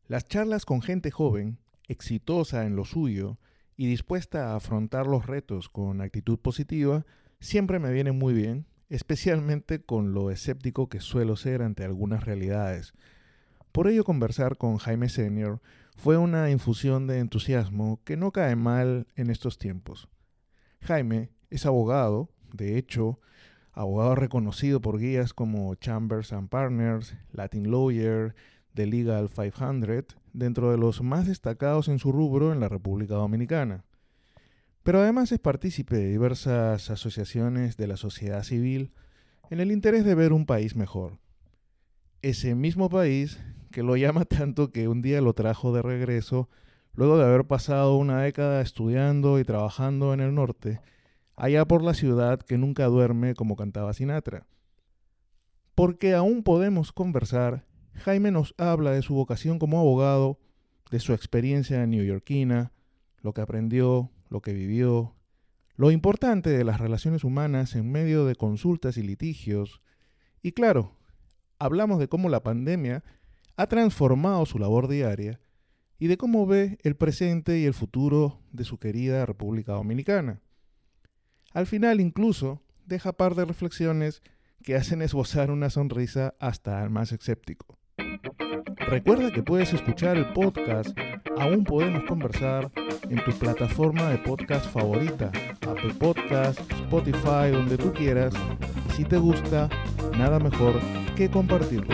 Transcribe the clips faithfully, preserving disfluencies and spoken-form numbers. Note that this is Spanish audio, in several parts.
Las charlas con gente joven, exitosa en lo suyo y dispuesta a afrontar los retos con actitud positiva, siempre me vienen muy bien, especialmente con lo escéptico que suelo ser ante algunas realidades. Por ello, conversar con Jaime Senior fue una infusión de entusiasmo que no cae mal en estos tiempos. Jaime es abogado, de hecho, abogado reconocido por guías como Chambers and Partners, Latin Lawyer, The Legal quinientos, dentro de los más destacados en su rubro en la República Dominicana. Pero además es partícipe de diversas asociaciones de la sociedad civil en el interés de ver un país mejor. Ese mismo país que lo llama tanto que un día lo trajo de regreso luego de haber pasado una década estudiando y trabajando en el norte, allá por la ciudad que nunca duerme, como cantaba Sinatra. Porque aún podemos conversar, Jaime nos habla de su vocación como abogado, de su experiencia neoyorquina, lo que aprendió, lo que vivió, lo importante de las relaciones humanas en medio de consultas y litigios, y claro, hablamos de cómo la pandemia ha transformado su labor diaria y de cómo ve el presente y el futuro de su querida República Dominicana. Al final incluso deja par de reflexiones que hacen esbozar una sonrisa hasta al más escéptico. Recuerda que puedes escuchar el podcast Aún Podemos Conversar en tu plataforma de podcast favorita, Apple Podcasts, Spotify, donde tú quieras. Y si te gusta, nada mejor que compartirlo.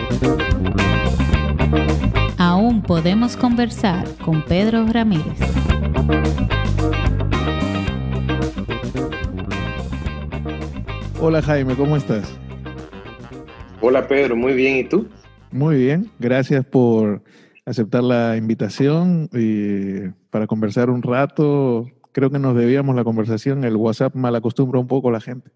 Aún Podemos Conversar con Pedro Ramírez. Hola Jaime, ¿cómo estás? Hola Pedro, muy bien, ¿y tú? Muy bien, gracias por aceptar la invitación y para conversar un rato. Creo que nos debíamos la conversación, el WhatsApp mal acostumbra un poco a la gente.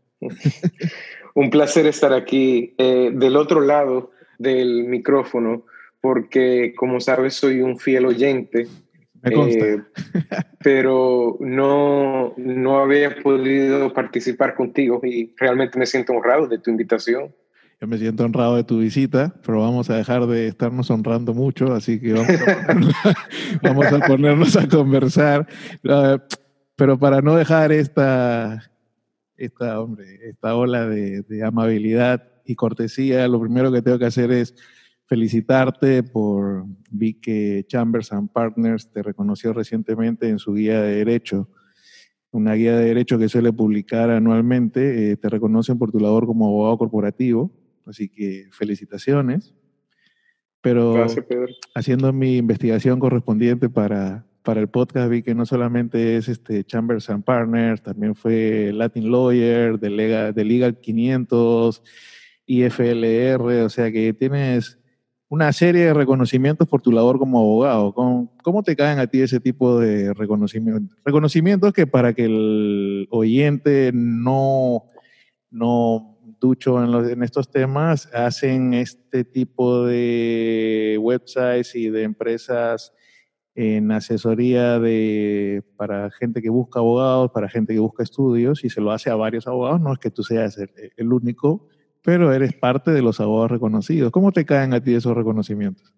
Un placer estar aquí eh, del otro lado del micrófono, porque como sabes soy un fiel oyente. Me consta. Eh, pero no, no había podido participar contigo y realmente me siento honrado de tu invitación. Yo me siento honrado de tu visita, pero vamos a dejar de estarnos honrando mucho, así que vamos a ponernos, vamos a, ponernos a conversar. Uh, pero para no dejar esta, esta, hombre, esta ola de, de amabilidad y cortesía, lo primero que tengo que hacer es felicitarte por, vi que Chambers and Partners te reconoció recientemente en su guía de derecho, una guía de derecho que suele publicar anualmente, eh, te reconocen por tu labor como abogado corporativo, así que felicitaciones. Pero gracias, Pedro. Haciendo mi investigación correspondiente para, para el podcast, vi que no solamente es este Chambers and Partners, también fue Latin Lawyer, de Legal, de Legal quinientos, I F L R, o sea que tienes una serie de reconocimientos por tu labor como abogado. ¿Cómo, cómo te caen a ti ese tipo de reconocimientos? Reconocimientos que para que el oyente no, no ducho en, los, en estos temas, hacen este tipo de websites y de empresas en asesoría de, para gente que busca abogados, para gente que busca estudios, y se lo hace a varios abogados. No es que tú seas el, el único, pero eres parte de los abogados reconocidos. ¿Cómo te caen a ti esos reconocimientos?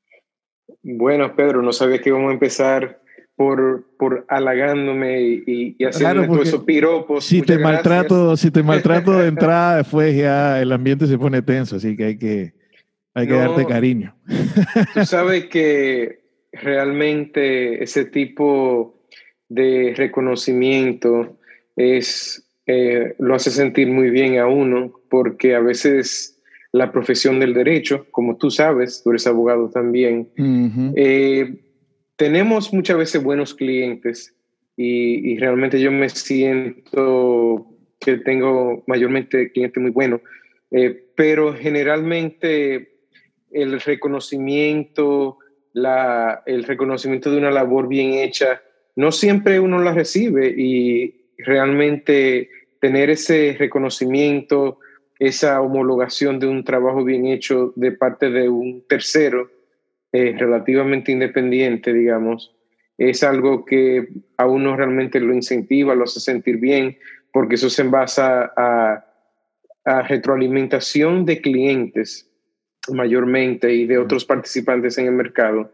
Bueno, Pedro, no sabía que íbamos a empezar por, por halagándome y, y haciendo claro, todos esos piropos. Si te, maltrato, si te maltrato de entrada, después ya el ambiente se pone tenso, así que hay que, hay que no, darte cariño. Tú sabes que realmente ese tipo de reconocimiento es... Eh, lo hace sentir muy bien a uno, porque a veces la profesión del derecho, como tú sabes, tú eres abogado también, uh-huh. eh, tenemos muchas veces buenos clientes y, y realmente yo me siento que tengo mayormente clientes muy buenos, eh, pero generalmente el reconocimiento, la, el reconocimiento de una labor bien hecha, no siempre uno la recibe y realmente tener ese reconocimiento, esa homologación de un trabajo bien hecho de parte de un tercero eh, relativamente independiente, digamos, es algo que a uno realmente lo incentiva, lo hace sentir bien, porque eso se basa a, a retroalimentación de clientes mayormente y de otros participantes en el mercado.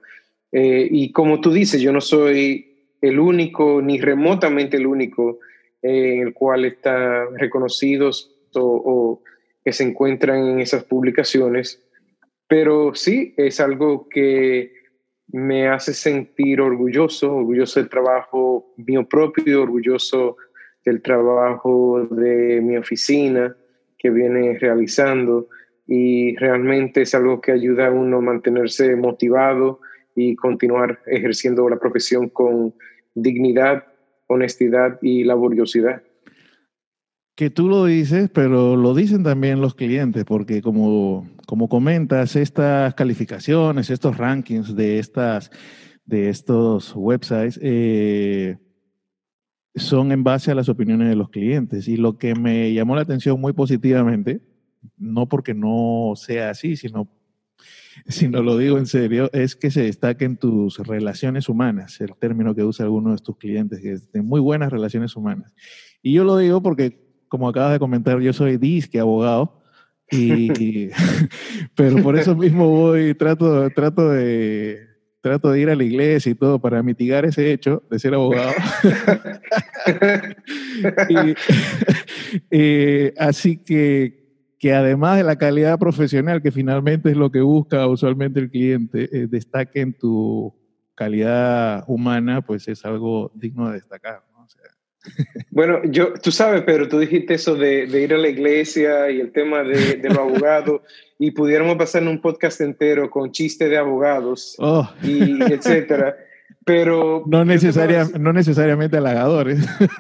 Eh, y como tú dices, yo no soy el único, ni remotamente el único eh, en el cual están reconocidos o, o que se encuentran en esas publicaciones, pero sí es algo que me hace sentir orgulloso, orgulloso del trabajo mío propio, orgulloso del trabajo de mi oficina que viene realizando, y realmente es algo que ayuda a uno a mantenerse motivado y continuar ejerciendo la profesión con dignidad, honestidad y laboriosidad. Que tú lo dices, pero lo dicen también los clientes, porque como, como comentas, estas calificaciones, estos rankings de, estas, de estos websites eh, son en base a las opiniones de los clientes. Y lo que me llamó la atención muy positivamente, no porque no sea así, sino, sino lo digo en serio, es que se destaquen tus relaciones humanas, el término que usa alguno de tus clientes, que es de muy buenas relaciones humanas. Y yo lo digo porque, como acabas de comentar, yo soy disque abogado, y, pero por eso mismo voy, trato, trato, de, trato de ir a la iglesia y todo para mitigar ese hecho de ser abogado. y, eh, así que, que además de la calidad profesional, que finalmente es lo que busca usualmente el cliente, eh, destaque en tu calidad humana, pues es algo digno de destacar, ¿no? O sea, bueno, yo, tú sabes, Pedro, tú dijiste eso de, de ir a la iglesia y el tema de, de los abogados, y pudiéramos pasar en un podcast entero con chistes de abogados oh. y etcétera. Pero no, yo necesaria, decir, no necesariamente halagadores.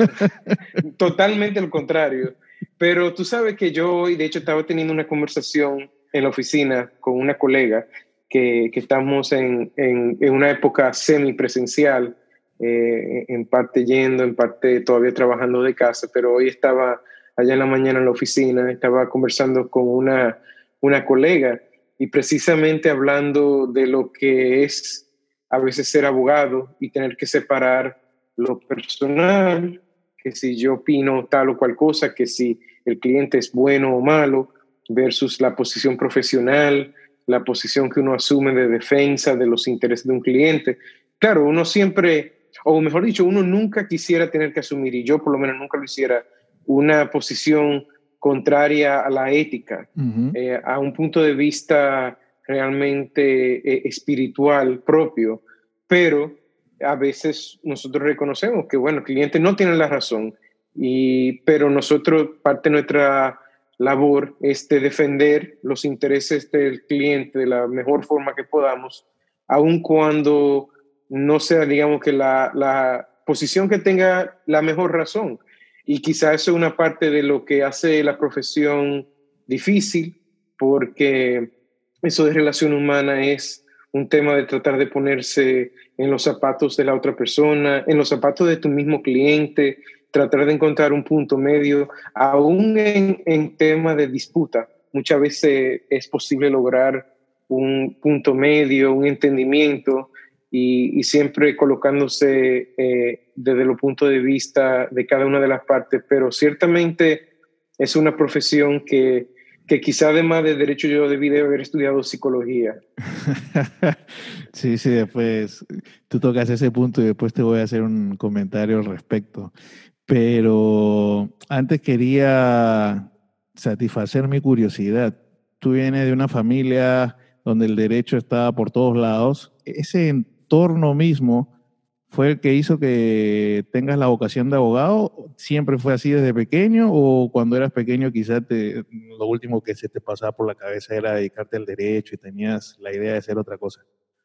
totalmente lo contrario. Pero tú sabes que yo hoy, de hecho, estaba teniendo una conversación en la oficina con una colega que, que estamos en, en, en una época semipresencial. Eh, en parte yendo, en parte todavía trabajando de casa, pero hoy estaba allá en la mañana en la oficina, estaba conversando con una, una colega, y precisamente hablando de lo que es a veces ser abogado y tener que separar lo personal, que si yo opino tal o cual cosa, que si el cliente es bueno o malo, versus la posición profesional, la posición que uno asume de defensa de los intereses de un cliente. Claro, uno siempre, o mejor dicho, uno nunca quisiera tener que asumir, y yo por lo menos nunca lo hiciera, una posición contraria a la ética, Uh-huh. eh, a un punto de vista realmente eh, espiritual propio, pero a veces nosotros reconocemos que, bueno, el cliente no tiene la razón, y, pero nosotros, parte de nuestra labor es de defender los intereses del cliente de la mejor forma que podamos, aun cuando no sea, digamos, que la, la posición que tenga la mejor razón. Y quizá eso es una parte de lo que hace la profesión difícil, porque eso de relación humana es un tema de tratar de ponerse en los zapatos de la otra persona, en los zapatos de tu mismo cliente, tratar de encontrar un punto medio, aún en, en tema de disputa. Muchas veces es posible lograr un punto medio, un entendimiento, y, y siempre colocándose eh, desde el punto de vista de cada una de las partes, pero ciertamente es una profesión que, que quizá además de derecho yo debí de haber estudiado psicología. Sí, sí, después tú tocas ese punto y después te voy a hacer un comentario al respecto. Pero antes quería satisfacer mi curiosidad. Tú vienes de una familia donde el derecho estaba por todos lados. ¿Ese entorno mismo fue el que hizo que tengas la vocación de abogado? ¿Siempre fue así desde pequeño, o cuando eras pequeño quizás te, lo último que se te pasaba por la cabeza era dedicarte al derecho y tenías la idea de hacer otra cosa?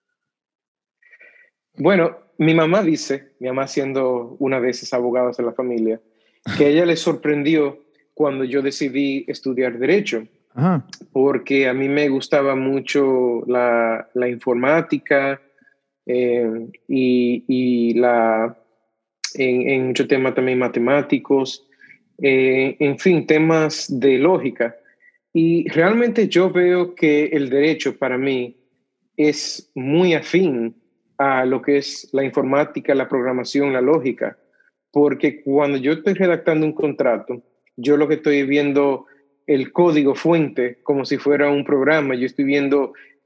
Bueno, mi mamá dice, mi mamá siendo una de esas abogadas de la familia, que a ella le sorprendió cuando yo decidí estudiar derecho. Ajá. Porque a mí me gustaba mucho la, la informática eh, y, y la, en, en muchos temas también matemáticos, eh, en fin, temas de lógica. Y realmente yo veo que el derecho para mí es muy afín a lo que es la informática, la programación, la lógica, porque cuando yo estoy redactando un contrato, yo lo que estoy viendo el código fuente como si fuera un programa, yo estoy viendo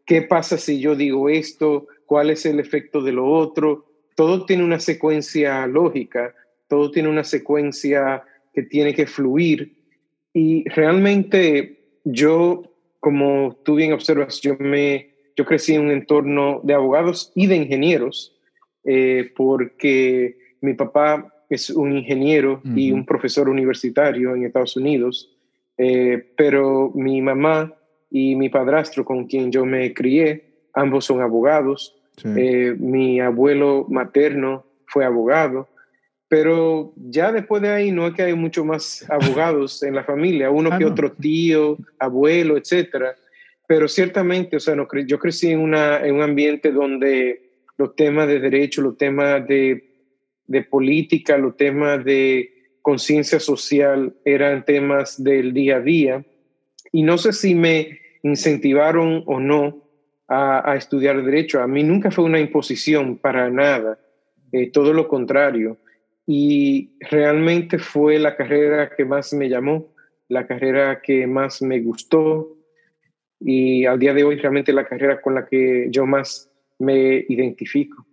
¿qué pasa si yo digo esto? ¿Cuál es el efecto de lo otro? Todo tiene una secuencia lógica, todo tiene una secuencia que tiene que fluir. Y realmente yo, como tú bien observas, yo, me, yo crecí en un entorno de abogados y de ingenieros, eh, porque mi papá es un ingeniero uh-huh. y un profesor universitario en Estados Unidos, eh, pero mi mamá y mi padrastro, con quien yo me crié, ambos son abogados. Sí. Eh, mi abuelo materno fue abogado, pero ya después de ahí no es que hay mucho más abogados en la familia, uno ah, que no. otro tío, abuelo, etcétera. Pero ciertamente, o sea, no, yo crecí en, una, en un ambiente donde los temas de derecho, los temas de, de política, los temas de conciencia social eran temas del día a día. Y no sé si me incentivaron o no a, a estudiar derecho. A mí nunca fue una imposición para nada, eh, todo lo contrario. Y realmente fue la carrera que más me llamó, la carrera que más me gustó, y al día de hoy realmente la carrera con la que yo más me identifico.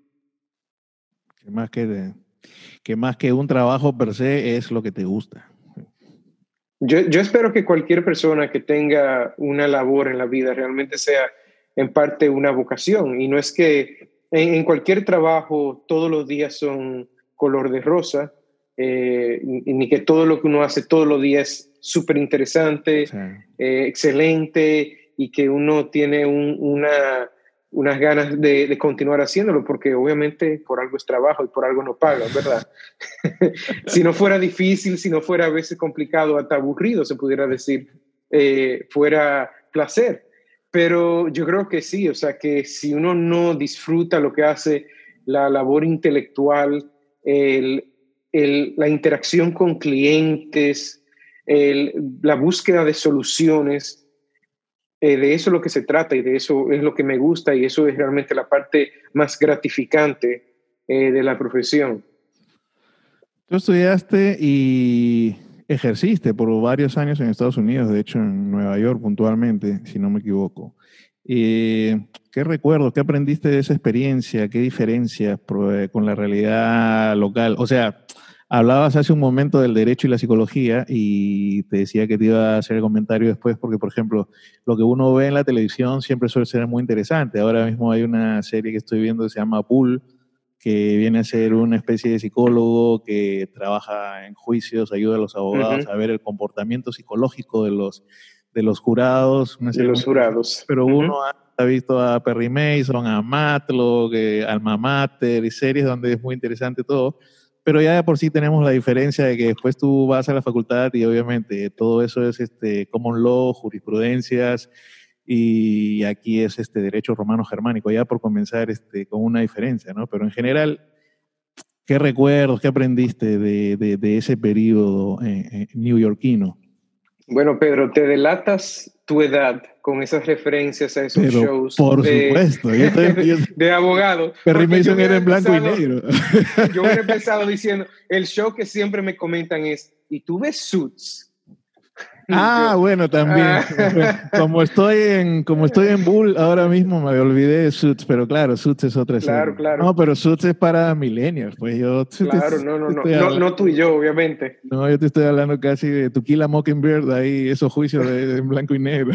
Que más que, de, que más que un trabajo per se es lo que te gusta. Yo, yo espero que cualquier persona que tenga una labor en la vida realmente sea en parte una vocación, y no es que en, en cualquier trabajo todos los días son color de rosa, eh, ni que todo lo que uno hace todos los días es súper interesante, sí. eh, excelente, y que uno tiene un, una, unas ganas de, de continuar haciéndolo, porque obviamente por algo es trabajo y por algo no pagan, ¿verdad? Si no fuera difícil, si no fuera a veces complicado, hasta aburrido, se pudiera decir, eh, fuera placer. Pero yo creo que sí, o sea, que si uno no disfruta lo que hace, la labor intelectual, el, el, la interacción con clientes, el, la búsqueda de soluciones, eh, de eso es lo que se trata, y de eso es lo que me gusta, y eso es realmente la parte más gratificante eh, de la profesión. Tú estudiaste y ejerciste por varios años en Estados Unidos, de hecho en Nueva York puntualmente, si no me equivoco. Eh, ¿Qué recuerdos, qué aprendiste de esa experiencia? ¿Qué diferencias con la realidad local? O sea, hablabas hace un momento del derecho y la psicología y te decía que te iba a hacer el comentario después porque, por ejemplo, lo que uno ve en la televisión siempre suele ser muy interesante. Ahora mismo hay una serie que estoy viendo que se llama Bull, que viene a ser una especie de psicólogo que trabaja en juicios, ayuda a los abogados uh-huh. a ver el comportamiento psicológico de los, de los jurados. Una de los jurados. Pero uh-huh. uno ha visto a Perry Mason, a Matlock, eh, Alma Mater, y series donde es muy interesante todo. Pero ya de por sí tenemos la diferencia de que después tú vas a la facultad y obviamente todo eso es este, common law, jurisprudencias, y aquí es este derecho romano germánico, ya por comenzar este, con una diferencia, ¿no? Pero en general, ¿qué recuerdos, qué aprendiste de, de, de ese periodo eh, eh, neoyorquino? Bueno, Pedro, te delatas tu edad con esas referencias a esos Pero shows. Por de, supuesto. Yo estoy, yo, de abogado. Perry Mason era en blanco empezado, y negro. Yo hubiera empezado diciendo, el show que siempre me comentan es, ¿y tú ves Suits? Ah, bueno, también. Como estoy en, como estoy en Bull, ahora mismo me olvidé de Suits, pero claro, Suits es otra serie. Claro, claro. No, pero Suits es para millennials, pues yo. Claro, te, no, no, no, no, no tú y yo, obviamente. No, yo te estoy hablando casi de To Kill a Mockingbird, ahí esos juicios de, de en blanco y negro.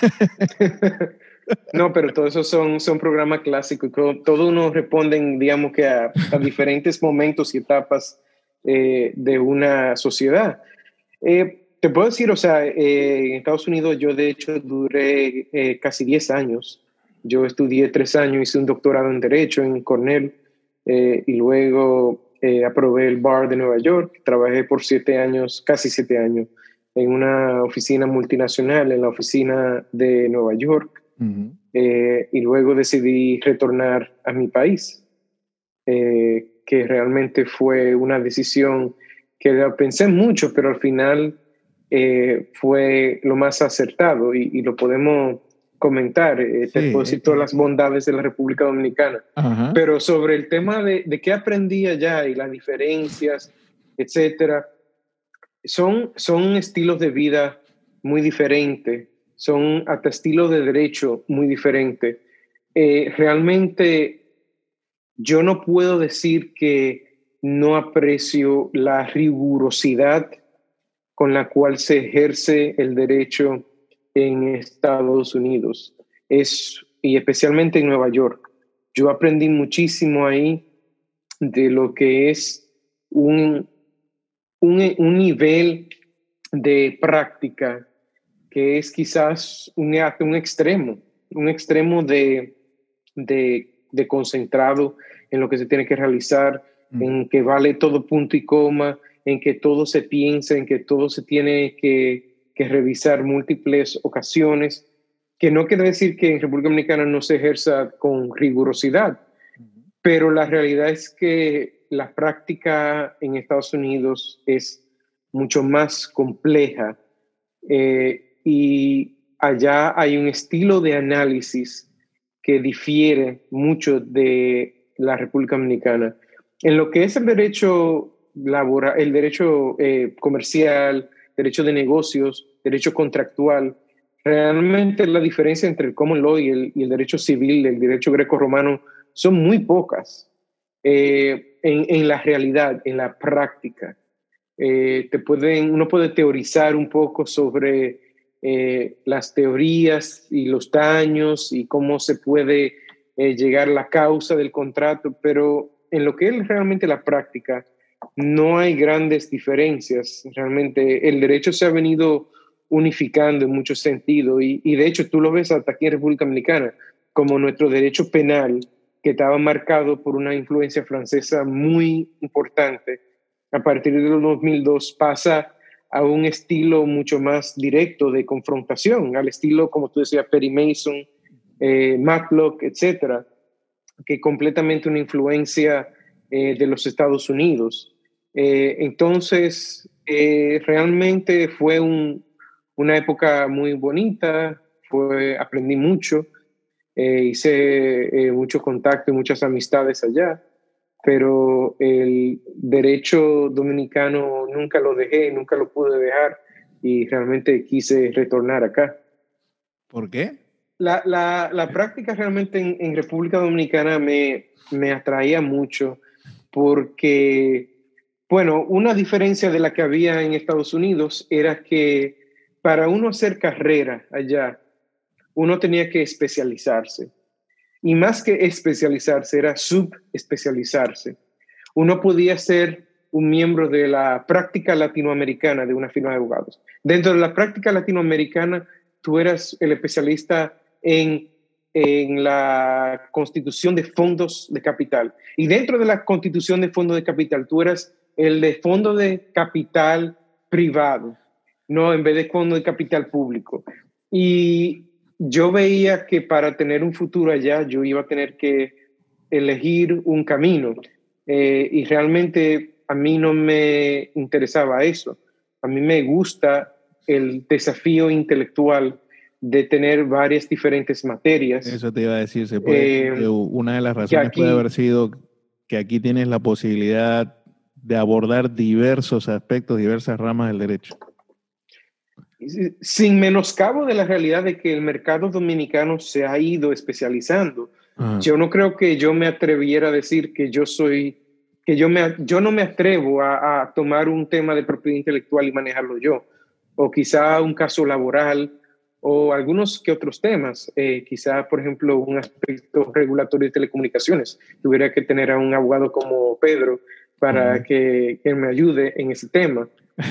No, pero todos esos son, son programas clásicos, todos uno responden, digamos que a, a diferentes momentos y etapas eh, de una sociedad. Eh, Te puedo decir, o sea, eh, en Estados Unidos yo de hecho duré eh, casi diez años. Yo estudié tres años, hice un doctorado en Derecho en Cornell eh, y luego eh, aprobé el Bar de Nueva York. Trabajé por siete años, casi siete años, en una oficina multinacional, en la oficina de Nueva York. Uh-huh. eh, y luego decidí retornar a mi país, eh, que realmente fue una decisión que pensé mucho, pero al final eh, fue lo más acertado y, y lo podemos comentar. Eh, sí, te puedo decir todas las bondades de la República Dominicana. Uh-huh. Pero sobre el tema de, de qué aprendí allá y las diferencias, etcétera, son, son estilos de vida muy diferentes, son hasta estilos de derecho muy diferentes. eh, realmente yo no puedo decir que no aprecio la rigurosidad con la cual se ejerce el derecho en Estados Unidos, es, y especialmente en Nueva York. Yo aprendí muchísimo ahí de lo que es un, un, un nivel de práctica que es quizás un, un extremo, un extremo de, de, de concentrado en lo que se tiene que realizar, mm. en que vale todo punto y coma, en que todo se piensa, en que todo se tiene que, que revisar múltiples ocasiones, que no quiere decir que en República Dominicana no se ejerza con rigurosidad, uh-huh. pero la realidad es que la práctica en Estados Unidos es mucho más compleja eh, y allá hay un estilo de análisis que difiere mucho de la República Dominicana. En lo que es el derecho laboral, el derecho eh, comercial, derecho de negocios, derecho contractual, realmente la diferencia entre el common law y el, y el derecho civil, el derecho greco-romano, son muy pocas eh, en, en la realidad, en la práctica. Eh, te pueden, uno puede teorizar un poco sobre eh, las teorías y los daños y cómo se puede eh, llegar a la causa del contrato, pero en lo que es realmente la práctica, no hay grandes diferencias. Realmente el derecho se ha venido unificando en muchos sentidos y, y de hecho tú lo ves hasta aquí en República Dominicana, como nuestro derecho penal, que estaba marcado por una influencia francesa muy importante, a partir del dos mil dos pasa a un estilo mucho más directo de confrontación, al estilo, como tú decías, Perry Mason, eh, Matlock, etcétera, que completamente una influencia eh, de los Estados Unidos. Eh, entonces, eh, realmente fue un, una época muy bonita, fue, aprendí mucho, eh, hice eh, mucho contacto y muchas amistades allá, pero el derecho dominicano nunca lo dejé, nunca lo pude dejar y realmente quise retornar acá. ¿Por qué? La, la, la práctica realmente en, en República Dominicana me, me atraía mucho porque, bueno, una diferencia de la que había en Estados Unidos era que para uno hacer carrera allá, uno tenía que especializarse. Y más que especializarse, era subespecializarse. Uno podía ser un miembro de la práctica latinoamericana de una firma de abogados. Dentro de la práctica latinoamericana, tú eras el especialista en, en la constitución de fondos de capital. Y dentro de la constitución de fondos de capital, tú eras el de fondo de capital privado, no en vez de fondo de capital público. Y yo veía que para tener un futuro allá, yo iba a tener que elegir un camino. Eh, y realmente a mí no me interesaba eso. A mí me gusta el desafío intelectual de tener varias diferentes materias. Eso te iba a decir, se puede, eh, una de las razones aquí, puede haber sido que aquí tienes la posibilidad de abordar diversos aspectos, diversas ramas del derecho. Sin menoscabo de la realidad de que el mercado dominicano se ha ido especializando. Ajá. Yo no creo que yo me atreviera a decir que yo soy, que yo, me, yo no me atrevo a, a tomar un tema de propiedad intelectual y manejarlo yo, o quizá un caso laboral, o algunos que otros temas, eh, quizá, por ejemplo, un aspecto regulatorio de telecomunicaciones. Tuviera que tener a un abogado como Pedro para Ajá. que, que me ayude en ese tema.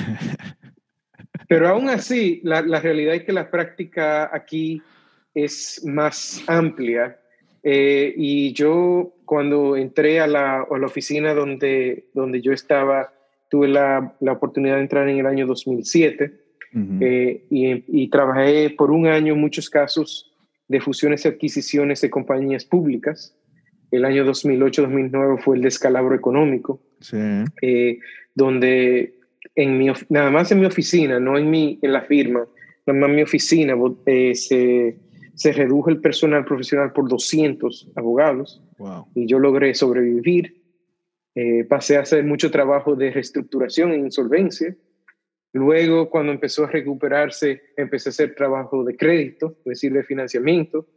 Pero aún así, la, la realidad es que la práctica aquí es más amplia. Eh, y yo, cuando entré a la, a la oficina donde, donde yo estaba, tuve la, la oportunidad de entrar en el año dos mil siete uh-huh. eh, y, y trabajé por un año en muchos casos de fusiones y adquisiciones de compañías públicas. El año dos mil ocho dos mil nueve fue el descalabro económico, sí. eh, donde... En mi, nada más en mi oficina, no en, mi, en la firma, nada más en mi oficina eh, se, se redujo el personal profesional por doscientos abogados. Wow. Y yo logré sobrevivir. Eh, pasé a hacer mucho trabajo de reestructuración e insolvencia. Luego, cuando empezó a recuperarse, empecé a hacer trabajo de crédito, es decir, de financiamiento.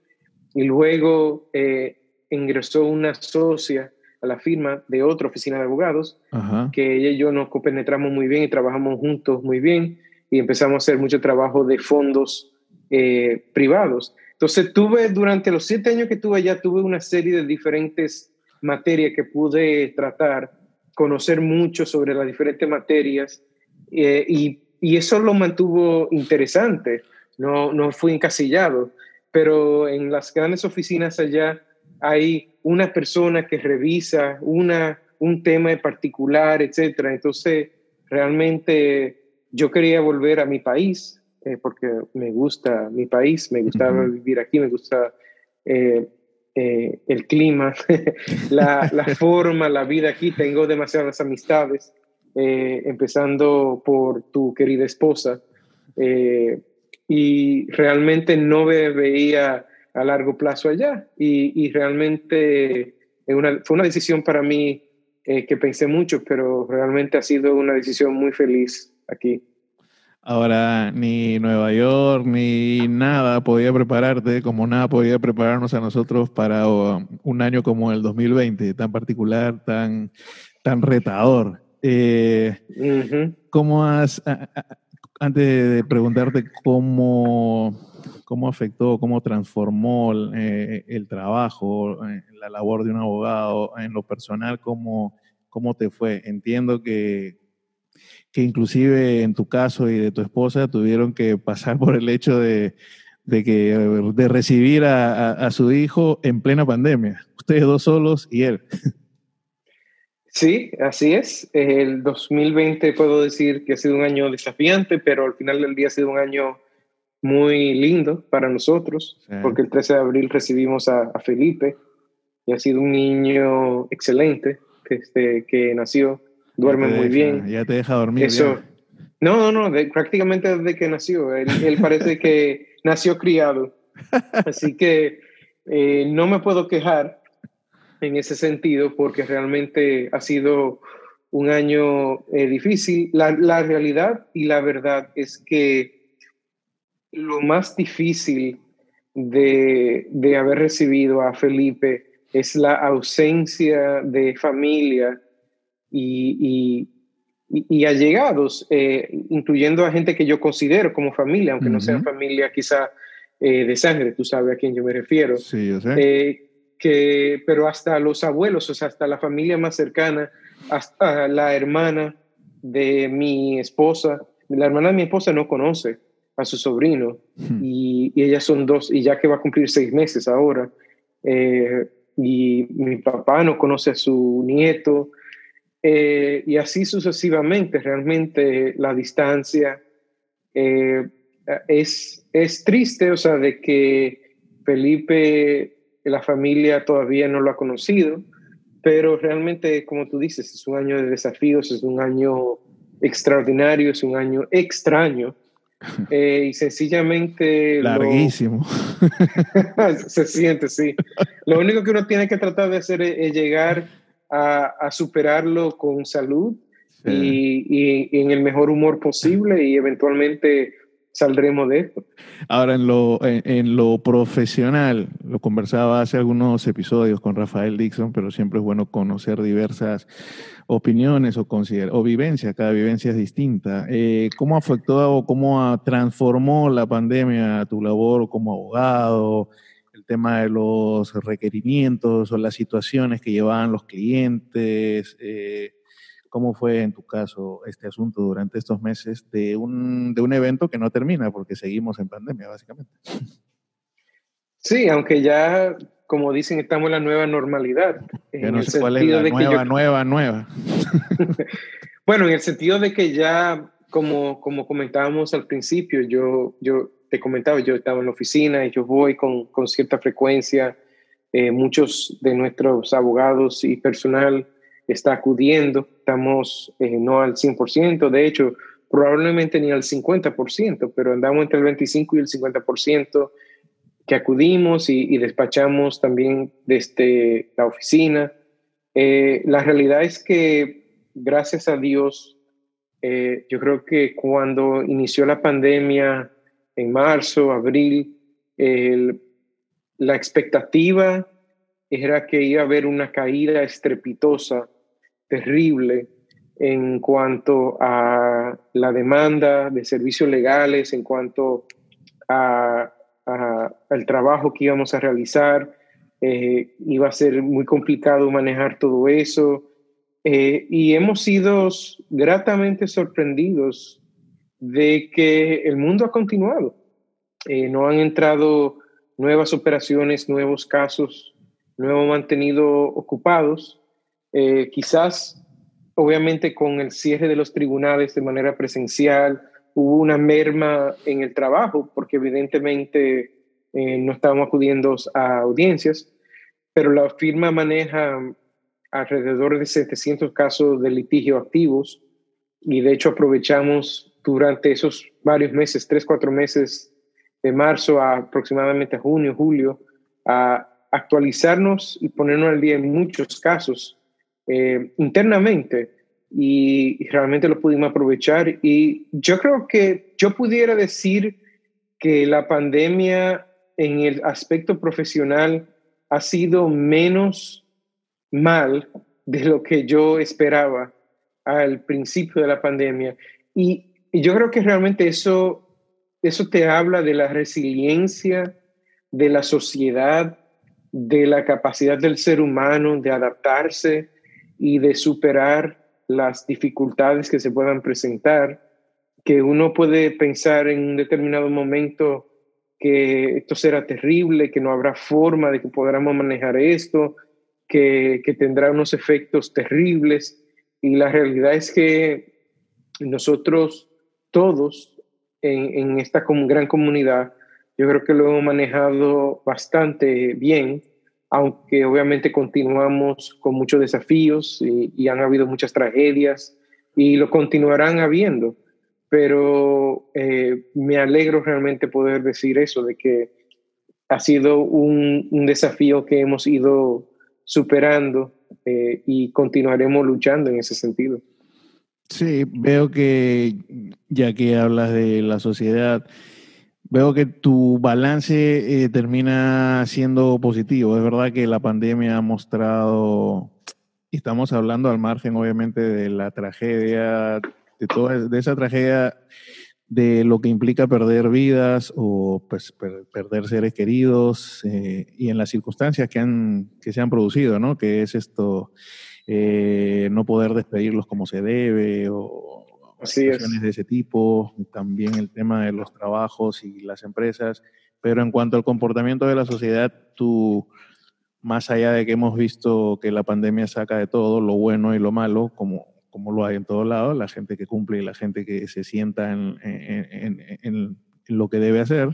y luego eh, ingresó una socia a la firma de otra oficina de abogados, Ajá. que ella y yo nos compenetramos muy bien y trabajamos juntos muy bien y empezamos a hacer mucho trabajo de fondos eh, privados. Entonces tuve, durante los siete años que tuve allá, tuve una serie de diferentes materias que pude tratar, conocer mucho sobre las diferentes materias eh, y, y eso lo mantuvo interesante, no, no fui encasillado, pero en las grandes oficinas allá hay una persona que revisa una, un tema en particular, etcétera. Entonces, realmente yo quería volver a mi país eh, porque me gusta mi país, me gustaba Uh-huh. vivir aquí, me gusta eh, eh, el clima, la, la forma, la vida aquí. Tengo demasiadas amistades, eh, empezando por tu querida esposa. Eh, y realmente no me veía a largo plazo allá y, y realmente una, fue una decisión para mí eh, que pensé mucho, pero realmente ha sido una decisión muy feliz aquí. Ahora, ni Nueva York, ni nada podía prepararte, como nada podía prepararnos a nosotros para uh, un año como el dos mil veinte, tan particular, tan, tan retador. Eh, Uh-huh. ¿Cómo has, a, a, antes de preguntarte cómo, cómo afectó, cómo transformó eh, el trabajo, eh, la labor de un abogado en lo personal, cómo, cómo te fue? Entiendo que que inclusive en tu caso y de tu esposa tuvieron que pasar por el hecho de, de, que, de recibir a, a, a su hijo en plena pandemia, ustedes dos solos y él. Sí, así es. El dos mil veinte puedo decir que ha sido un año desafiante, pero al final del día ha sido un año muy lindo para nosotros, Sí. porque el trece de abril recibimos a, a Felipe y ha sido un niño excelente que, este, que nació, Ya te duerme muy deja, bien. ya te deja dormir Eso, ya. no, no, no, de, prácticamente desde que nació. Él, él parece que nació criado, así que eh, no me puedo quejar en ese sentido porque realmente ha sido un año eh, difícil. La, la realidad y la verdad es que lo más difícil de, de haber recibido a Felipe es la ausencia de familia y, y, y allegados, eh, incluyendo a gente que yo considero como familia, aunque no sea Uh-huh. familia quizá eh, de sangre, tú sabes a quién yo me refiero. Sí, yo sé. Eh, que, pero hasta los abuelos, o sea, hasta la familia más cercana, hasta la hermana de mi esposa, la hermana de mi esposa no conoce a su sobrino Hmm. y, y ellas son dos, y ya que va a cumplir seis meses ahora, eh, y mi papá no conoce a su nieto, eh, y así sucesivamente. Realmente la distancia eh, es, es triste, o sea, de que Felipe, la familia todavía no lo ha conocido, pero realmente, como tú dices, es un año de desafíos, es un año extraordinario, es un año extraño, eh, y sencillamente lo Larguísimo. se siente, sí. Lo único que uno tiene que tratar de hacer es, es llegar a, a, superarlo con salud Sí. y, y, y en el mejor humor posible y eventualmente saldremos de esto. Ahora, en lo, en, en lo profesional, lo conversaba hace algunos episodios con Rafael Dixon, pero siempre es bueno conocer diversas opiniones o, consider o vivencias, cada vivencia es distinta. Eh, ¿Cómo afectó o cómo transformó la pandemia tu labor como abogado, el tema de los requerimientos o las situaciones que llevaban los clientes? Eh, ¿Cómo fue en tu caso este asunto durante estos meses de un, de un evento que no termina porque seguimos en pandemia, básicamente? Sí, aunque ya, como dicen, estamos en la nueva normalidad, Yo en no el sé cuál es sentido la de que yo... nueva, nueva, nueva. Bueno, en el sentido de que ya, como, como comentábamos al principio, yo, yo te comentaba, yo estaba en la oficina y yo voy con, con cierta frecuencia. Eh, muchos de nuestros abogados y personal está acudiendo. Estamos eh, no al cien por ciento, de hecho, probablemente ni al cincuenta por ciento, pero andamos entre el veinticinco y el cincuenta por ciento que acudimos y, y despachamos también desde la oficina. Eh, la realidad es que, gracias a Dios, eh, yo creo que cuando inició la pandemia en marzo, abril, el, la expectativa era que iba a haber una caída estrepitosa, terrible, en cuanto a la demanda de servicios legales, en cuanto a, a, al trabajo que íbamos a realizar. Eh, iba a ser muy complicado manejar todo eso. Eh, y hemos sido gratamente sorprendidos de que el mundo ha continuado. Eh, no han entrado nuevas operaciones, nuevos casos, no hemos mantenido ocupados. Eh, quizás, obviamente, con el cierre de los tribunales de manera presencial, hubo una merma en el trabajo, porque evidentemente eh, no estábamos acudiendo a audiencias, pero la firma maneja alrededor de setecientos casos de litigio activos y de hecho aprovechamos durante esos varios meses, tres, cuatro meses de marzo a aproximadamente a junio, julio, a actualizarnos y ponernos al día en muchos casos eh, internamente y, y realmente lo pudimos aprovechar. Y yo creo que yo pudiera decir que la pandemia en el aspecto profesional ha sido menos mal de lo que yo esperaba al principio de la pandemia. Y, y yo creo que realmente eso, eso te habla de la resiliencia de la sociedad, de la capacidad del ser humano de adaptarse y de superar las dificultades que se puedan presentar, que uno puede pensar en un determinado momento que esto será terrible, que no habrá forma de que podamos manejar esto, que, que tendrá unos efectos terribles. Y la realidad es que nosotros todos en, en esta com- gran comunidad, yo creo que lo hemos manejado bastante bien, aunque obviamente continuamos con muchos desafíos y, y han habido muchas tragedias y lo continuarán habiendo. Pero eh, me alegro realmente poder decir eso, de que ha sido un, un desafío que hemos ido superando eh, y continuaremos luchando en ese sentido. Sí, veo que ya que hablas de la sociedad, veo que tu balance eh, termina siendo positivo. Es verdad que la pandemia ha mostrado, y estamos hablando al margen obviamente de la tragedia, de toda de esa tragedia, de lo que implica perder vidas o pues, per- perder seres queridos eh, y en las circunstancias que, han, que se han producido, ¿no? Que es esto, eh, no poder despedirlos como se debe o Así situaciones es. de ese tipo, también el tema de los trabajos y las empresas. Pero en cuanto al comportamiento de la sociedad, tú, más allá de que hemos visto que la pandemia saca de todo, lo bueno y lo malo, como, como lo hay en todos lados, la gente que cumple y la gente que se sienta en, en, en, en lo que debe hacer,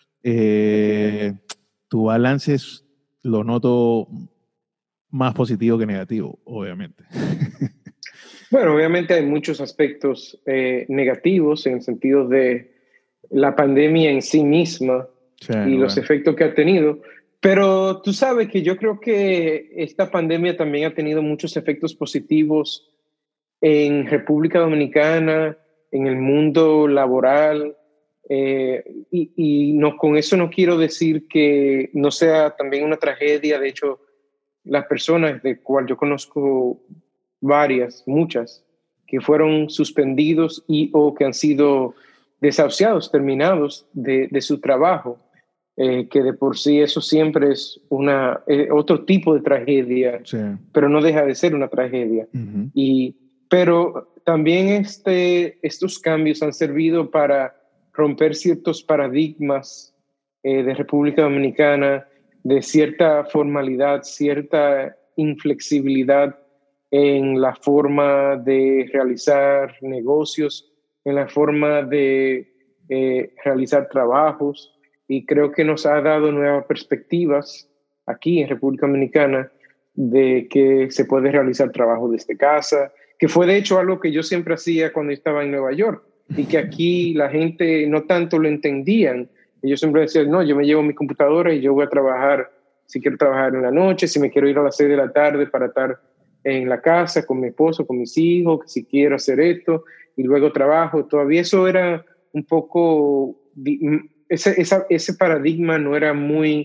eh, tu balance es, lo noto más positivo que negativo, obviamente. Bueno, obviamente hay muchos aspectos eh, negativos en el sentido de la pandemia en sí misma Sí, y los bueno. efectos que ha tenido, pero tú sabes que yo creo que esta pandemia también ha tenido muchos efectos positivos en República Dominicana, en el mundo laboral, eh, y, y no, con eso no quiero decir que no sea también una tragedia. De hecho, las personas de cual yo conozco varias, muchas, que fueron suspendidos y o que han sido desahuciados, terminados de, de su trabajo, eh, que de por sí eso siempre es una, eh, otro tipo de tragedia, Sí. pero no deja de ser una tragedia. Uh-huh. Y, pero también este, estos cambios han servido para romper ciertos paradigmas eh, de República Dominicana, de cierta formalidad, cierta inflexibilidad en la forma de realizar negocios, en la forma de eh, realizar trabajos, y creo que nos ha dado nuevas perspectivas aquí en República Dominicana de que se puede realizar trabajo desde casa, que fue de hecho algo que yo siempre hacía cuando estaba en Nueva York y que aquí la gente no tanto lo entendían. Y yo siempre decía, no, yo me llevo mi computadora y yo voy a trabajar, si quiero trabajar en la noche, si me quiero ir a las seis de la tarde para estar en la casa con mi esposo, con mis hijos, si quiero hacer esto y luego trabajo. Todavía eso era un poco, ese, esa, ese paradigma no era muy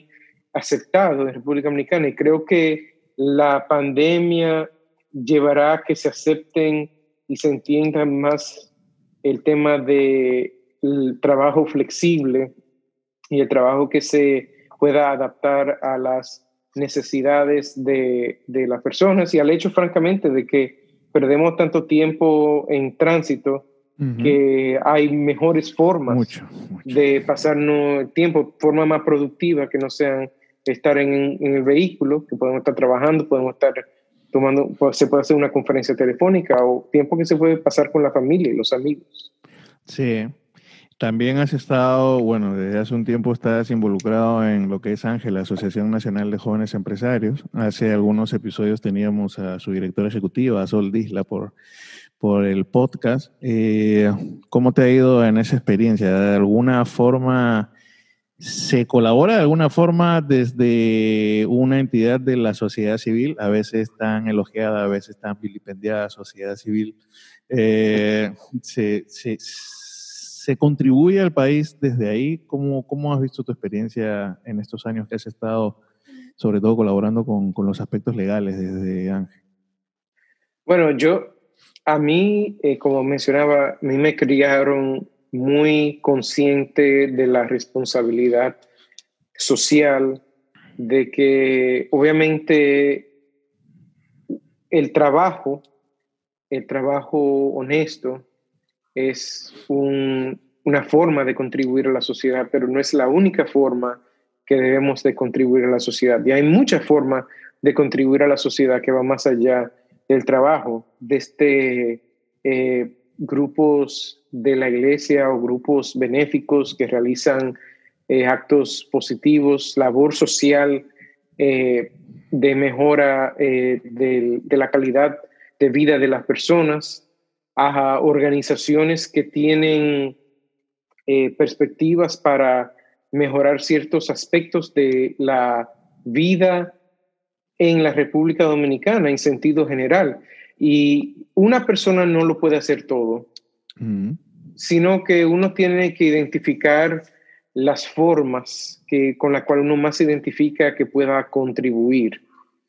aceptado en República Dominicana, y creo que la pandemia llevará a que se acepten y se entienda más el tema del trabajo flexible y el trabajo que se pueda adaptar a las necesidades de, de las personas, y al hecho, francamente, de que perdemos tanto tiempo en tránsito, uh-huh, que hay mejores formas mucho, mucho. de pasarnos el tiempo, formas más productivas que no sean estar en, en el vehículo, que podemos estar trabajando, podemos estar tomando, se puede hacer una conferencia telefónica, o tiempo que se puede pasar con la familia y los amigos. Sí. También has estado, bueno, desde hace un tiempo estás involucrado en lo que es Ángel, la Asociación Nacional de Jóvenes Empresarios. Hace algunos episodios teníamos a su directora ejecutiva, a Sol Disla, por, por el podcast. Eh, ¿Cómo te ha ido en esa experiencia? ¿De alguna forma se colabora de alguna forma desde una entidad de la sociedad civil? A veces tan elogiada, a veces tan vilipendiada sociedad civil. Eh, se... se ¿Se contribuye al país desde ahí? ¿Cómo, cómo has visto tu experiencia en estos años que has estado, sobre todo colaborando con, con los aspectos legales desde Ángel? Bueno, yo, a mí, eh, como mencionaba, a mí me criaron muy consciente de la responsabilidad social, de que obviamente el trabajo, el trabajo honesto, es un, una forma de contribuir a la sociedad, pero no es la única forma que debemos de contribuir a la sociedad. Y hay muchas formas de contribuir a la sociedad que va más allá del trabajo, desde eh, grupos de la iglesia o grupos benéficos que realizan eh, actos positivos, labor social eh, de mejora eh, de, de la calidad de vida de las personas, a organizaciones que tienen eh, perspectivas para mejorar ciertos aspectos de la vida en la República Dominicana en sentido general. Y una persona no lo puede hacer todo, mm. sino que uno tiene que identificar las formas que, con las cuales uno más se identifica que pueda contribuir.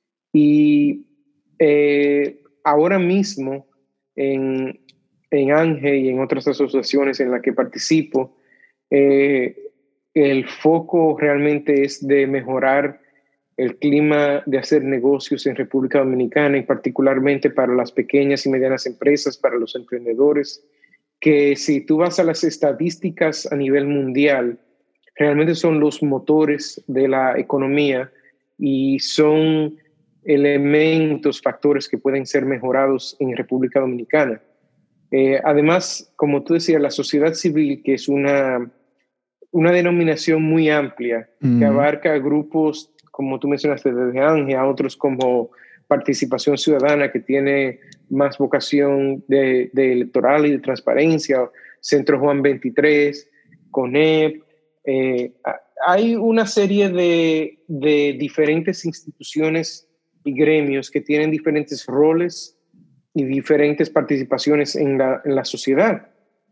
Y eh, ahora mismo, en, en ANGE y en otras asociaciones en las que participo, eh, el foco realmente es de mejorar el clima de hacer negocios en República Dominicana, y particularmente para las pequeñas y medianas empresas, para los emprendedores, que si tú vas a las estadísticas a nivel mundial, realmente son los motores de la economía y son elementos, factores que pueden ser mejorados en República Dominicana. Eh, además, como tú decías, la sociedad civil, que es una, una denominación muy amplia, mm. que abarca grupos, como tú mencionaste, desde ANGE a otros como Participación Ciudadana, que tiene más vocación de, de electoral y de transparencia, Centro Juan veintitrés, CONEP. Eh, hay una serie de, de diferentes instituciones y gremios que tienen diferentes roles y diferentes participaciones en la, en la sociedad.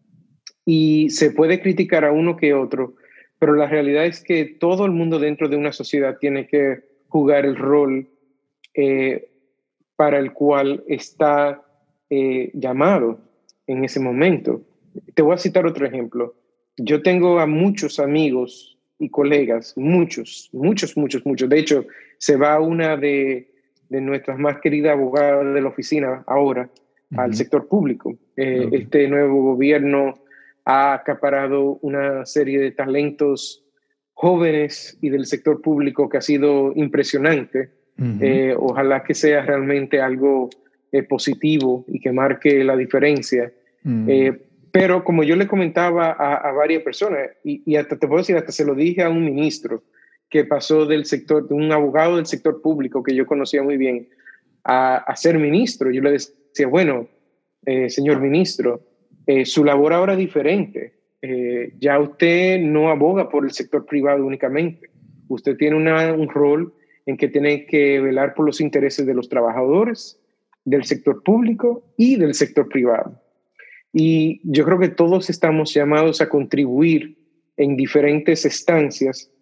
Y se puede criticar a uno que otro, pero la realidad es que todo el mundo dentro de una sociedad tiene que jugar el rol eh, para el cual está eh, llamado en ese momento. Te voy a citar otro ejemplo. Yo tengo a muchos amigos y colegas, muchos, muchos, muchos, muchos. De hecho, se va una de, de nuestras más queridas abogadas de la oficina ahora uh-huh. al sector público. Eh, okay. Este nuevo gobierno ha acaparado una serie de talentos jóvenes y del sector público que ha sido impresionante. Uh-huh. Eh, ojalá que sea realmente algo eh, positivo y que marque la diferencia. Uh-huh. Eh, pero como yo le comentaba a, a varias personas, y, y hasta te puedo decir, hasta se lo dije a un ministro que pasó del sector, de un abogado del sector público que yo conocía muy bien, a, a ser ministro. Yo le decía, bueno, eh, señor ministro, Eh, su labor ahora es diferente. Eh, ya usted no aboga por el sector privado únicamente. Usted tiene una, un rol en que tiene que velar por los intereses de los trabajadores, del sector público y del sector privado. Y yo creo que todos estamos llamados a contribuir en diferentes estancias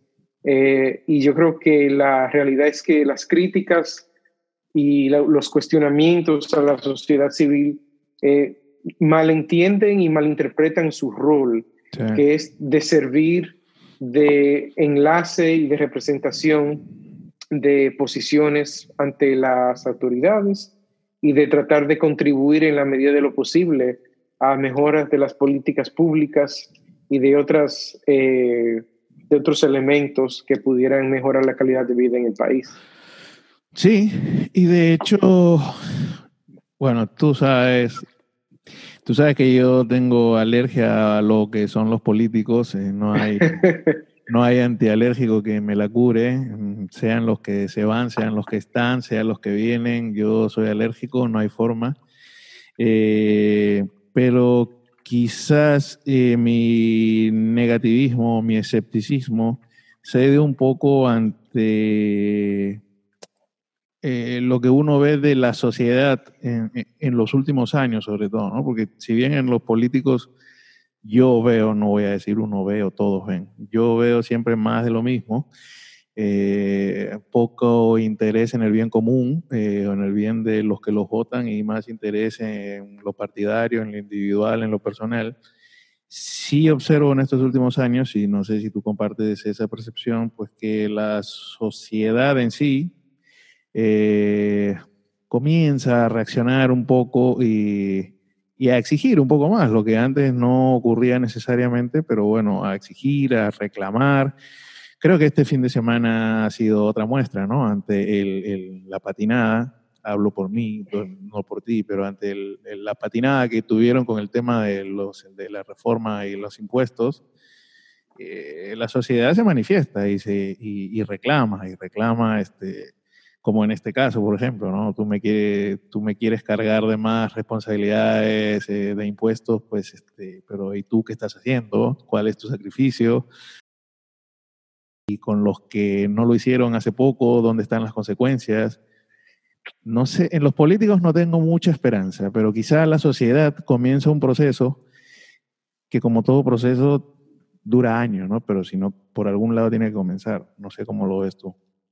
Eh, y yo creo que la realidad es que las críticas y la, los cuestionamientos a la sociedad civil eh, malentienden y malinterpretan su rol, sí, que es de servir de enlace y de representación de posiciones ante las autoridades y de tratar de contribuir en la medida de lo posible a mejoras de las políticas públicas y de, otras, eh, de otros elementos que pudieran mejorar la calidad de vida en el país. Sí, y de hecho, bueno, tú sabes, tú sabes que yo tengo alergia a lo que son los políticos, eh, no hay, no hay antialérgico que me la cure, sean los que se van, sean los que están, sean los que vienen, yo soy alérgico, no hay forma, eh, pero quizás eh, mi negativismo, mi escepticismo se debe un poco ante Eh, lo que uno ve de la sociedad en, en los últimos años, sobre todo, ¿no? Porque si bien en los políticos yo veo, no voy a decir uno ve o todos ven, yo veo siempre más de lo mismo, eh, poco interés en el bien común, eh, en el bien de los que los votan y más interés en lo partidario, en lo individual, en lo personal. Sí observo en estos últimos años, y no sé si tú compartes esa percepción, pues que la sociedad en sí, Eh, comienza a reaccionar un poco y, y a exigir un poco más, lo que antes no ocurría necesariamente, pero bueno, a exigir, a reclamar. Creo que este fin de semana ha sido otra muestra, ¿no? Ante el, el, la patinada, hablo por mí, no por ti, pero ante el, el, la patinada que tuvieron con el tema de, los, de la reforma y los impuestos, eh, la sociedad se manifiesta y, se, y, y reclama, y reclama este, como en este caso, por ejemplo, ¿no? Tú me quieres, tú me quieres cargar de más responsabilidades eh, de impuestos, pues, este, pero ¿y tú qué estás haciendo? ¿Cuál es tu sacrificio? Y con los que no lo hicieron hace poco, ¿dónde están las consecuencias? No sé, en los políticos no tengo mucha esperanza, pero quizá la sociedad comienza un proceso que, como todo proceso, dura años, ¿no? Pero si no, por algún lado tiene que comenzar. No sé cómo lo ves tú.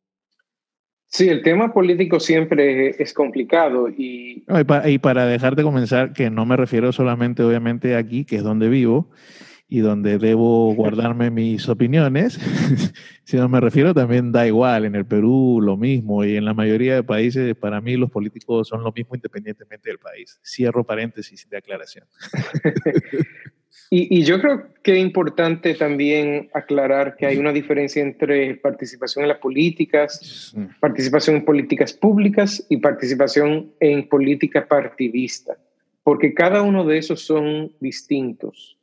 Sí, el tema político siempre es complicado y... No, y, para, y para dejar de comenzar, que no me refiero solamente obviamente aquí, que es donde vivo y donde debo guardarme mis opiniones, sino me refiero también, da igual, en el Perú lo mismo y en la mayoría de países, para mí los políticos son lo mismo independientemente del país. Cierro paréntesis de aclaración. Y, y yo creo que es importante también aclarar que hay una diferencia entre participación en las políticas, sí, participación en políticas públicas y participación en política partidista, porque cada uno de esos son distintos.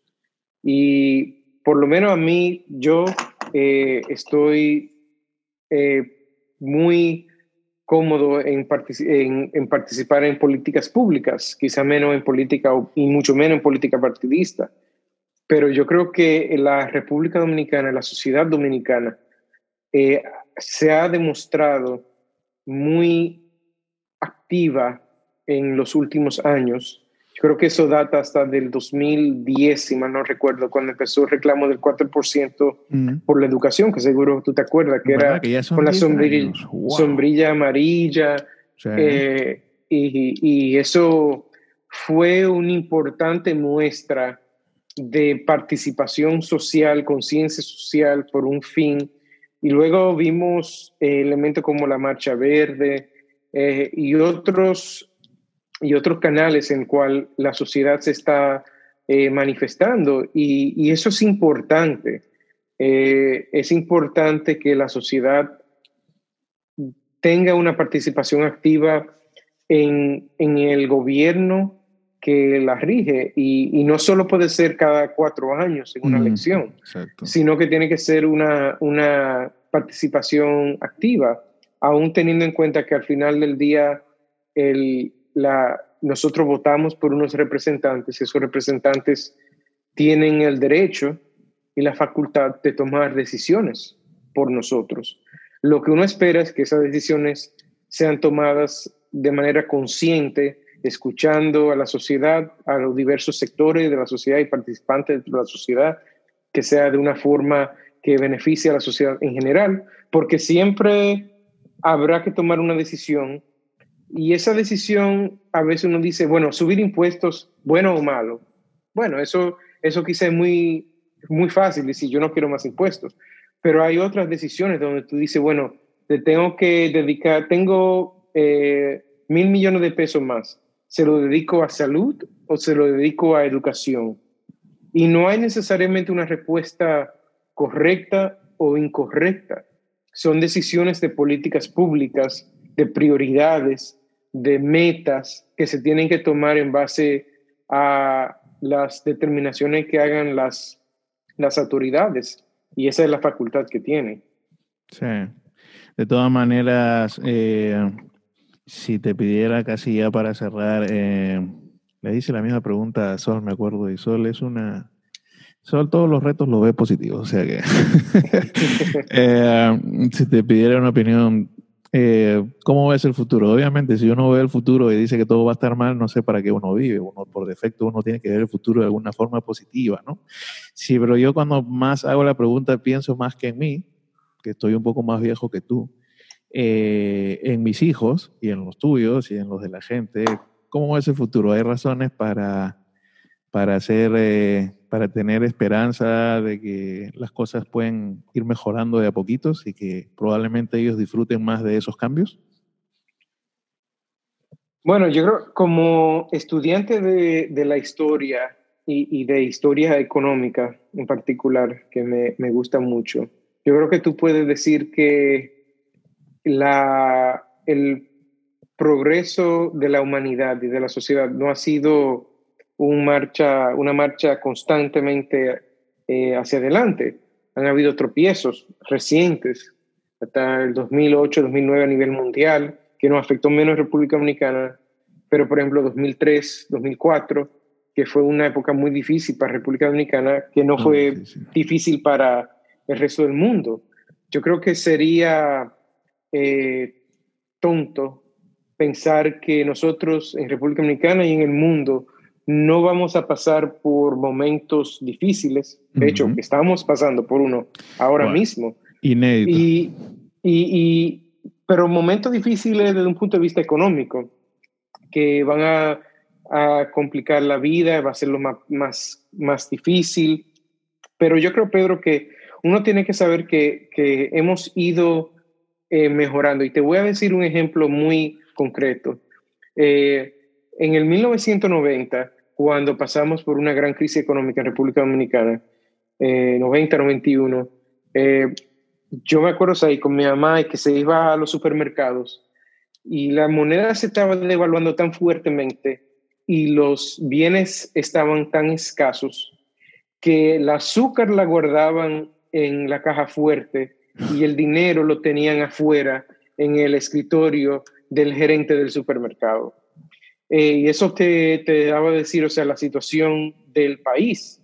Y por lo menos a mí, yo eh, estoy eh, muy cómodo en, partici en, en participar en políticas públicas, quizá menos en política y mucho menos en política partidista. Pero yo creo que la República Dominicana, la sociedad dominicana, eh, se ha demostrado muy activa en los últimos años. Yo creo que eso data hasta del dos mil diez, si mal no recuerdo, cuando empezó el reclamo del cuatro por ciento mm. por la educación, que seguro tú te acuerdas, que era que con la sombrilla, wow. sombrilla amarilla. Sí. Eh, y, y eso fue una importante muestra de participación social, conciencia social por un fin. Y luego vimos eh, elementos como la Marcha Verde eh, y, otros, y otros canales en cual la sociedad se está eh, manifestando. Y, y eso es importante. Eh, es importante que la sociedad tenga una participación activa en, en el gobierno que la rige y, y no solo puede ser cada cuatro años en una mm, elección, exacto. Sino que tiene que ser una, una participación activa, aún teniendo en cuenta que al final del día el, la, nosotros votamos por unos representantes y esos representantes tienen el derecho y la facultad de tomar decisiones por nosotros. Lo que uno espera es que esas decisiones sean tomadas de manera consciente, escuchando a la sociedad, a los diversos sectores de la sociedad y participantes de la sociedad, que sea de una forma que beneficie a la sociedad en general, porque siempre habrá que tomar una decisión y esa decisión a veces uno dice, bueno, subir impuestos, bueno o malo. Bueno, eso, eso quizá es muy, muy fácil decir, yo no quiero más impuestos, pero hay otras decisiones donde tú dices, bueno, te tengo que dedicar, tengo eh, mil millones de pesos más, ¿se lo dedico a salud o se lo dedico a educación? Y no hay necesariamente una respuesta correcta o incorrecta. Son decisiones de políticas públicas, de prioridades, de metas que se tienen que tomar en base a las determinaciones que hagan las, las autoridades. Y esa es la facultad que tienen. Sí. De todas maneras, eh, si te pidiera casi ya para cerrar, eh, le hice la misma pregunta a Sol, me acuerdo, y Sol es una... Sol todos los retos los ve positivos, o sea que eh, si te pidiera una opinión, eh, ¿cómo ves el futuro? Obviamente, si uno ve el futuro y dice que todo va a estar mal, no sé para qué uno vive. Uno, por defecto, uno tiene que ver el futuro de alguna forma positiva, ¿no? Sí, pero yo cuando más hago la pregunta pienso más que en mí, que estoy un poco más viejo que tú, eh, en mis hijos y en los tuyos y en los de la gente. ¿Cómo ves el futuro? ¿Hay razones para, para, hacer, eh, para tener esperanza de que las cosas pueden ir mejorando de a poquitos y que probablemente ellos disfruten más de esos cambios? Bueno, yo creo como estudiante de, de la historia y, y de historia económica en particular, que me, me gusta mucho, yo creo que tú puedes decir que la, el progreso de la humanidad y de la sociedad no ha sido un marcha, una marcha constantemente eh, hacia adelante. Han habido tropiezos recientes, hasta el dos mil ocho, dos mil nueve a nivel mundial, que nos afectó menos en República Dominicana, pero por ejemplo dos mil tres, dos mil cuatro, que fue una época muy difícil para República Dominicana, que no fue oh, sí, sí. difícil para el resto del mundo. Yo creo que sería eh, tonto pensar que nosotros en República Dominicana y en el mundo no vamos a pasar por momentos difíciles. De uh-huh. hecho, estamos pasando por uno ahora bueno, mismo. Inédito. Y, y, y, pero momentos difíciles desde un punto de vista económico, que van a, a complicar la vida, va a ser lo más, más, más difícil. Pero yo creo, Pedro, que uno tiene que saber que, que hemos ido eh, mejorando. Y te voy a decir un ejemplo muy concreto. Eh, en el mil novecientos noventa, cuando pasamos por una gran crisis económica en República Dominicana, eh, noventa, noventa y uno, eh, yo me acuerdo ahí con mi mamá que se iba a los supermercados y la moneda se estaba devaluando tan fuertemente y los bienes estaban tan escasos que el azúcar la guardaban en la caja fuerte y el dinero lo tenían afuera en el escritorio del gerente del supermercado. Eh, y eso te, te daba a decir, o sea, la situación del país.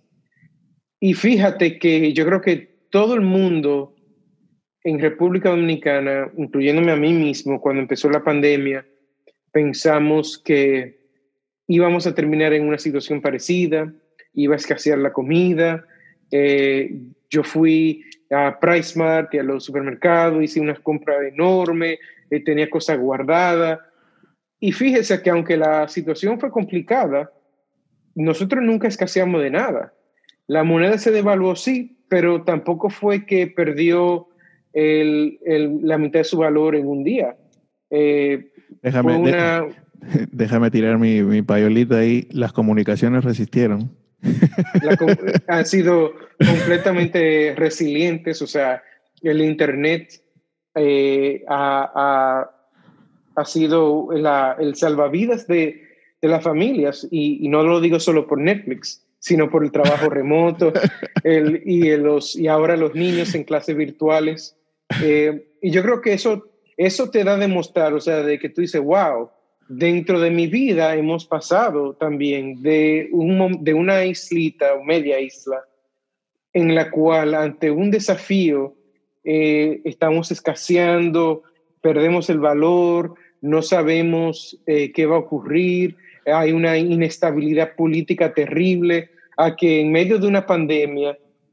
Y fíjate que yo creo que todo el mundo en República Dominicana, incluyéndome a mí mismo, cuando empezó la pandemia, pensamos que íbamos a terminar en una situación parecida, iba a escasear la comida. Eh, yo fui a PriceMart y a los supermercados, hice unas compras enormes, eh, tenía cosas guardadas. Y fíjese que aunque la situación fue complicada, nosotros nunca escaseamos de nada. La moneda se devaluó, sí, pero tampoco fue que perdió el, el, la mitad de su valor en un día. Eh, déjame, fue una... de, déjame tirar mi, mi payolita ahí. Las comunicaciones resistieron. La, han sido completamente resilientes, o sea, el Internet eh, ha, ha, ha sido la, el salvavidas de, de las familias, y, y no lo digo solo por Netflix, sino por el trabajo remoto el, y, el, los, y ahora los niños en clases virtuales. Eh, y yo creo que eso, eso te da a demostrar, o sea, de que tú dices, wow, dentro de mi vida hemos pasado también de, un, de una islita o media isla en la cual ante un desafío eh, estamos escaseando, perdemos el valor, no sabemos eh, qué va a ocurrir, hay una inestabilidad política terrible, a que en medio de una pandemia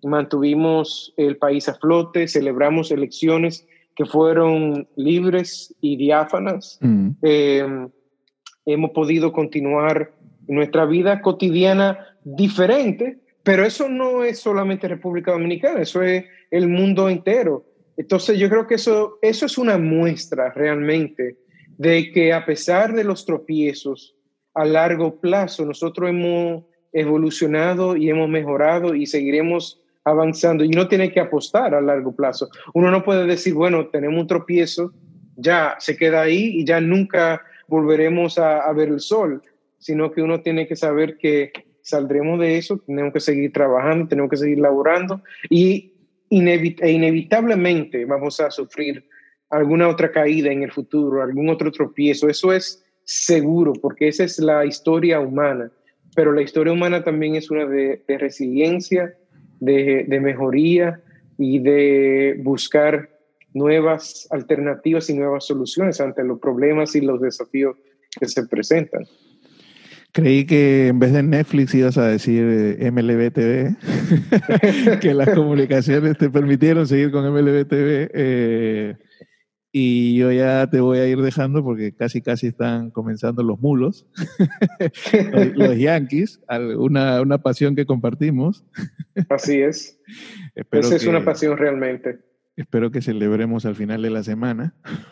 mantuvimos el país a flote, celebramos elecciones que fueron libres y diáfanas. Mm. Eh, hemos podido continuar nuestra vida cotidiana diferente, pero eso no es solamente República Dominicana, eso es el mundo entero. Entonces yo creo que eso, eso es una muestra realmente de que a pesar de los tropiezos, a largo plazo nosotros hemos evolucionado y hemos mejorado y seguiremos avanzando, y uno tiene que apostar a largo plazo. Uno no puede decir, bueno, tenemos un tropiezo, ya se queda ahí y ya nunca volveremos a, a ver el sol, sino que uno tiene que saber que saldremos de eso, tenemos que seguir trabajando, tenemos que seguir laborando y inevit- e inevitablemente vamos a sufrir alguna otra caída en el futuro, algún otro tropiezo. Eso es seguro, porque esa es la historia humana, pero la historia humana también es una de, de resiliencia, de, de mejoría y de buscar nuevas alternativas y nuevas soluciones ante los problemas y los desafíos que se presentan. Creí que en vez de Netflix ibas a decir eh, M L B T V, que las comunicaciones te permitieron seguir con M L B T V, eh, y yo ya te voy a ir dejando porque casi casi están comenzando los mulos, los, los Yankees, una, una pasión que compartimos. Así es. Espero Esa es que, una pasión realmente. Espero que celebremos al final de la semana.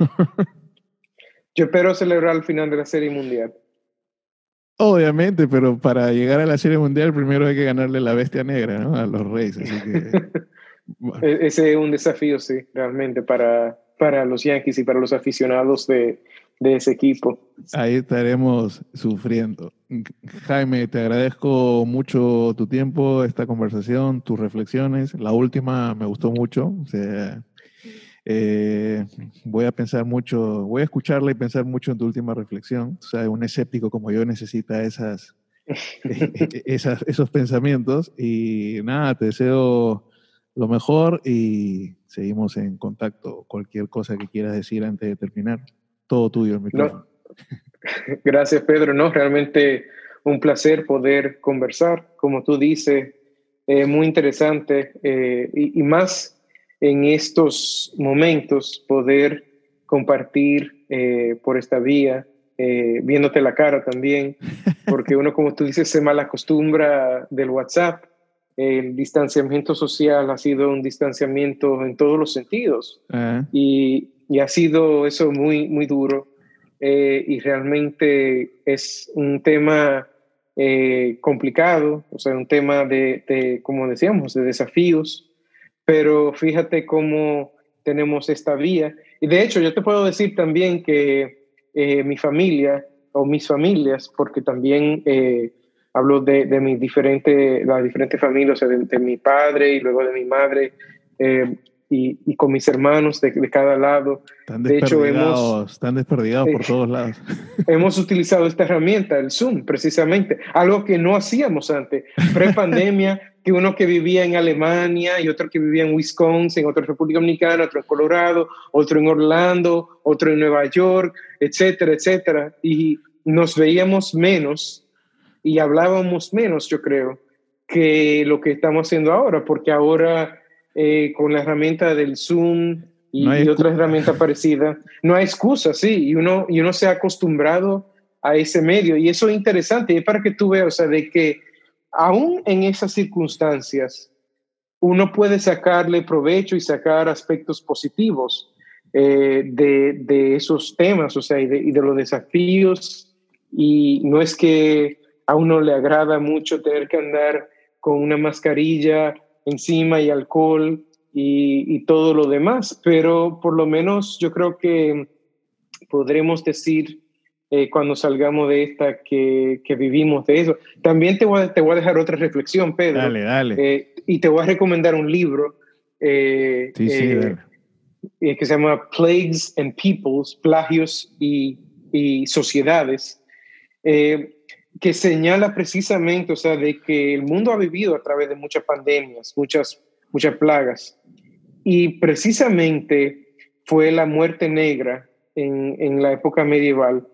Yo espero celebrar al final de la Serie Mundial. Obviamente, pero para llegar a la Serie Mundial primero hay que ganarle la bestia negra, ¿no? A los Rays, así que... Bueno. Ese es un desafío, sí, realmente, para, para los Yankees y para los aficionados de, de ese equipo. Ahí estaremos sufriendo. Jaime, te agradezco mucho tu tiempo, esta conversación, tus reflexiones. La última me gustó mucho. O sea, eh, voy a pensar mucho, voy a escucharla y pensar mucho en tu última reflexión. O sea, un escéptico como yo necesita esas, esas, esos pensamientos. Y nada, te deseo lo mejor y seguimos en contacto. Cualquier cosa que quieras decir antes de terminar, todo tuyo el micrófono. No. Gracias, Pedro. No, realmente un placer poder conversar, como tú dices, eh, muy interesante eh, y, y más en estos momentos poder compartir eh, por esta vía, eh, viéndote la cara también, porque uno, como tú dices, se malacostumbra del WhatsApp. El distanciamiento social ha sido un distanciamiento en todos los sentidos. Uh-huh. y, y ha sido eso muy, muy duro eh, y realmente es un tema eh, complicado, o sea, un tema de, de, como decíamos, de desafíos, pero fíjate cómo tenemos esta vía. Y de hecho yo te puedo decir también que eh, mi familia o mis familias, porque también... Eh, hablo de, de mis diferentes, las diferentes familias, o sea, de, de mi padre y luego de mi madre, eh, y, y con mis hermanos de, de cada lado. Están desperdigados, de hecho, hemos, están desperdigados eh, por todos lados. Hemos utilizado esta herramienta, el Zoom, precisamente, algo que no hacíamos antes. Pre-pandemia, que uno que vivía en Alemania y otro que vivía en Wisconsin, otro en República Dominicana, otro en Colorado, otro en Orlando, otro en Nueva York, etcétera, etcétera. Y nos veíamos menos y hablábamos menos, yo creo, que lo que estamos haciendo ahora, porque ahora eh, con la herramienta del Zoom y, no y otras herramientas parecidas, no hay excusa, sí, y uno, y uno se ha acostumbrado a ese medio, y eso es interesante, y es para que tú veas, o sea, de que aún en esas circunstancias, uno puede sacarle provecho y sacar aspectos positivos eh, de, de esos temas, o sea, y de, y de los desafíos, y no es que a uno le agrada mucho tener que andar con una mascarilla encima y alcohol y, y todo lo demás, pero por lo menos yo creo que podremos decir eh, cuando salgamos de esta que, que vivimos de eso. También te voy, a, te voy a dejar otra reflexión, Pedro. Dale, dale. Eh, y te voy a recomendar un libro eh, sí, sí, eh, eh, que se llama Plagues and Peoples, Plagios y, y Sociedades, eh, que señala precisamente, o sea, de que el mundo ha vivido a través de muchas pandemias, muchas, muchas plagas, y precisamente fue la muerte negra en, en la época medieval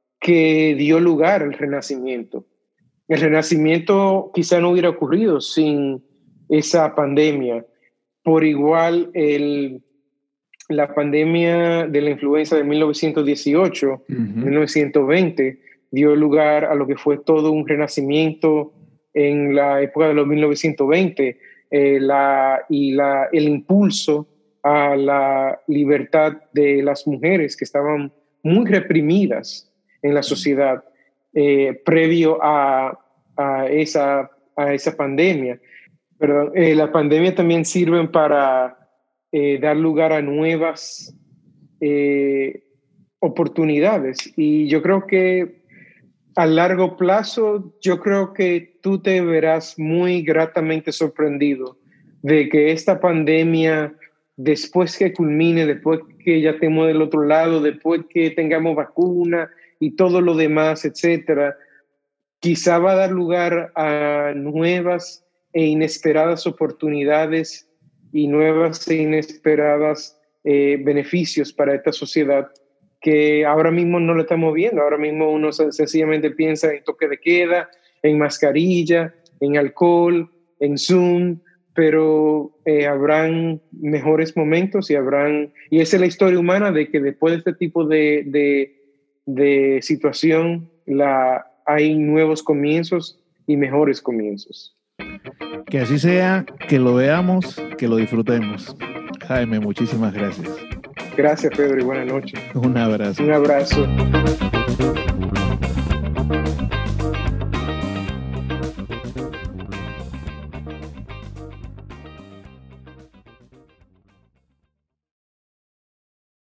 que dio lugar al Renacimiento. El Renacimiento quizá no hubiera ocurrido sin esa pandemia. Por igual, el, la pandemia de la influenza de mil novecientos dieciocho, uh-huh. mil novecientos veinte, dio lugar a lo que fue todo un renacimiento en la época de los mil novecientos veinte, eh, la, y la, el impulso a la libertad de las mujeres que estaban muy reprimidas en la sociedad eh, previo a, a, esa, a esa pandemia. Perdón, eh, la pandemia también sirve para eh, dar lugar a nuevas eh, oportunidades, y yo creo que a largo plazo, yo creo que tú te verás muy gratamente sorprendido de que esta pandemia, después que culmine, después que ya estemos del otro lado, después que tengamos vacuna y todo lo demás, etcétera, quizá va a dar lugar a nuevas e inesperadas oportunidades y nuevas e inesperadas eh, beneficios para esta sociedad que ahora mismo no lo estamos viendo. Ahora mismo uno sencillamente piensa en toque de queda, en mascarilla, en alcohol, en Zoom, pero eh, habrán mejores momentos y habrán, y esa es la historia humana de que después de este tipo de, de, de situación la, hay nuevos comienzos y mejores comienzos. Que así sea, que lo veamos, que lo disfrutemos. Jaime, muchísimas gracias. Gracias, Pedro, y buenas noches. Un abrazo. Un abrazo.